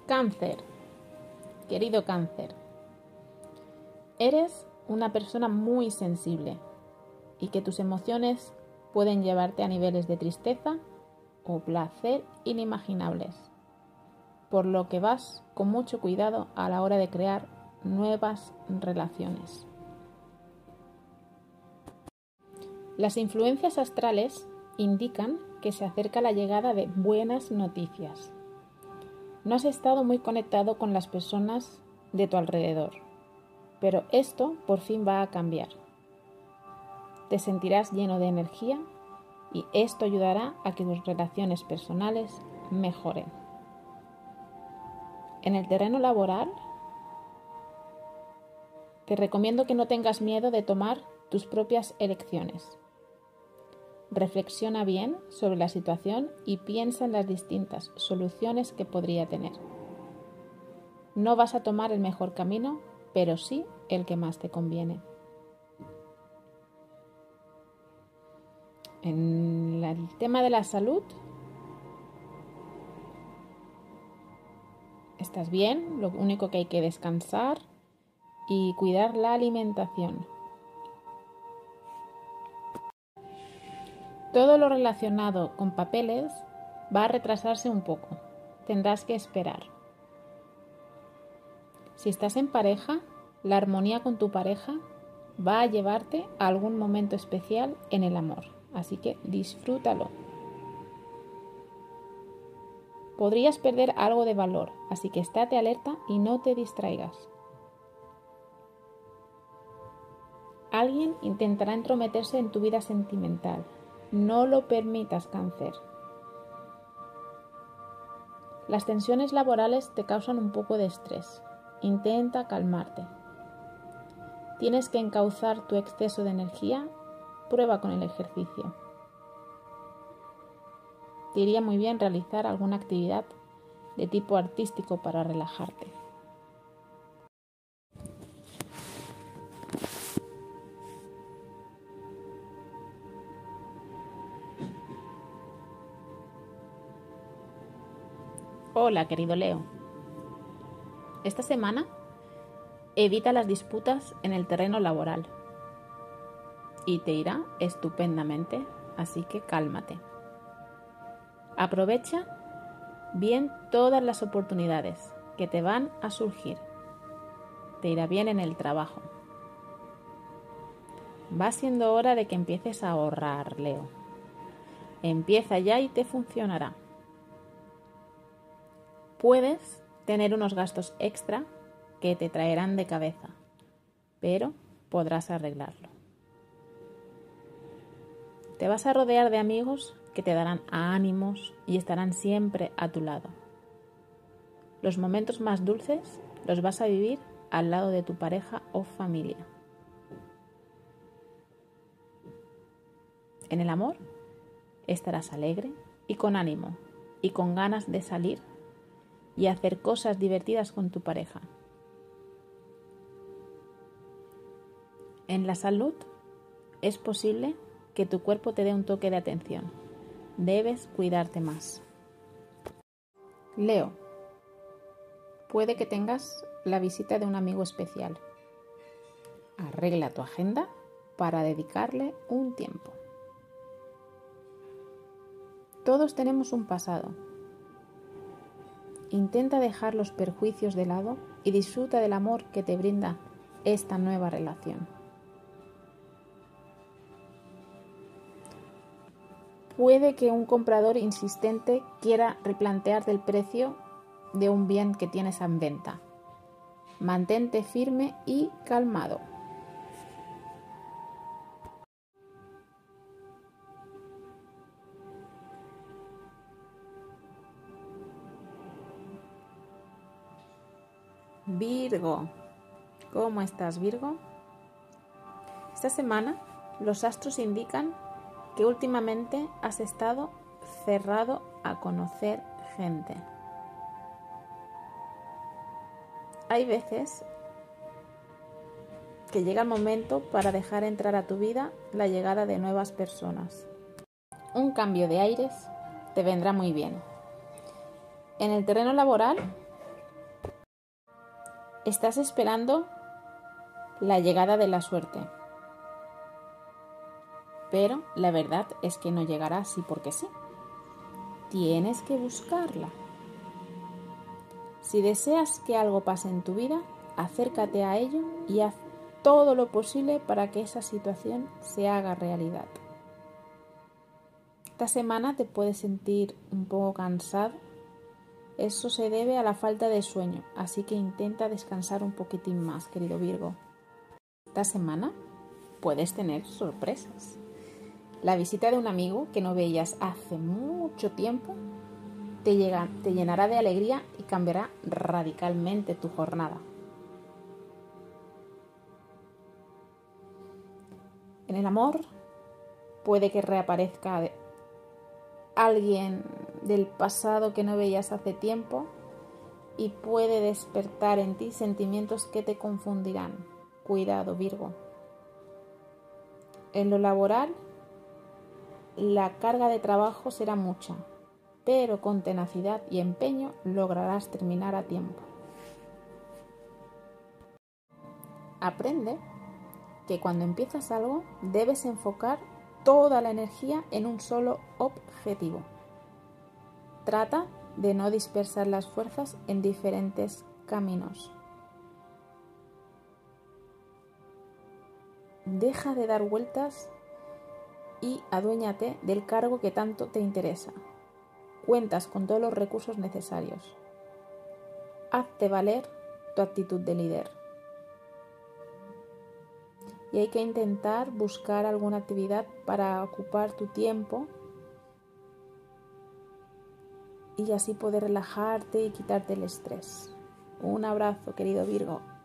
Cáncer. Querido Cáncer, eres una persona muy sensible y que tus emociones pueden llevarte a niveles de tristeza o placer inimaginables, por lo que vas con mucho cuidado a la hora de crear nuevas relaciones. Las influencias astrales indican que se acerca la llegada de buenas noticias. No has estado muy conectado con las personas de tu alrededor, pero esto por fin va a cambiar. Te sentirás lleno de energía y esto ayudará a que tus relaciones personales mejoren. En el terreno laboral, te recomiendo que no tengas miedo de tomar tus propias elecciones. Reflexiona bien sobre la situación y piensa en las distintas soluciones que podría tener. No vas a tomar el mejor camino, pero sí el que más te conviene. En el tema de la salud, estás bien, lo único que hay que descansar y cuidar la alimentación. Todo lo relacionado con papeles va a retrasarse un poco. Tendrás que esperar. Si estás en pareja, la armonía con tu pareja va a llevarte a algún momento especial en el amor. Así que disfrútalo. Podrías perder algo de valor, así que estate alerta y no te distraigas. Alguien intentará entrometerse en tu vida sentimental. No lo permitas, Cáncer. Las tensiones laborales te causan un poco de estrés. Intenta calmarte. Tienes que encauzar tu exceso de energía. Prueba con el ejercicio. Te iría muy bien realizar alguna actividad de tipo artístico para relajarte. Hola, querido Leo. Esta semana evita las disputas en el terreno laboral y te irá estupendamente, así que cálmate. Aprovecha bien todas las oportunidades que te van a surgir. Te irá bien en el trabajo. Va siendo hora de que empieces a ahorrar, Leo. Empieza ya y te funcionará. Puedes tener unos gastos extra que te traerán de cabeza, pero podrás arreglarlo. Te vas a rodear de amigos que te darán ánimos y estarán siempre a tu lado. Los momentos más dulces los vas a vivir al lado de tu pareja o familia. En el amor estarás alegre y con ánimo y con ganas de salir y hacer cosas divertidas con tu pareja. En la salud es posible que tu cuerpo te dé un toque de atención. Debes cuidarte más. Leo, puede que tengas la visita de un amigo especial. Arregla tu agenda para dedicarle un tiempo. Todos tenemos un pasado. Intenta dejar los perjuicios de lado y disfruta del amor que te brinda esta nueva relación. Puede que un comprador insistente quiera replantearte el precio de un bien que tienes en venta. Mantente firme y calmado. Virgo, ¿cómo estás, Virgo? Esta semana los astros indican que últimamente has estado cerrado a conocer gente. Hay veces que llega el momento para dejar entrar a tu vida la llegada de nuevas personas. Un cambio de aires te vendrá muy bien. En el terreno laboral Estás esperando la llegada de la suerte, pero la verdad es que no llegará así porque sí. Tienes que buscarla. Si deseas que algo pase en tu vida, acércate a ello y haz todo lo posible para que esa situación se haga realidad. Esta semana te puedes sentir un poco cansado. Eso se debe a la falta de sueño, así que intenta descansar un poquitín más, querido Virgo. Esta semana puedes tener sorpresas. La visita de un amigo que no veías hace mucho tiempo te llenará de alegría y cambiará radicalmente tu jornada. En el amor puede que reaparezca alguien del pasado que no veías hace tiempo y puede despertar en ti sentimientos que te confundirán. Cuidado, Virgo. En lo laboral, la carga de trabajo será mucha, pero con tenacidad y empeño lograrás terminar a tiempo. Aprende que cuando empiezas algo debes enfocar toda la energía en un solo objetivo. Trata de no dispersar las fuerzas en diferentes caminos. Deja de dar vueltas y aduéñate del cargo que tanto te interesa. Cuentas con todos los recursos necesarios. Hazte valer tu actitud de líder. Y hay que intentar buscar alguna actividad para ocupar tu tiempo y así poder relajarte y quitarte el estrés. Un abrazo, querido Virgo.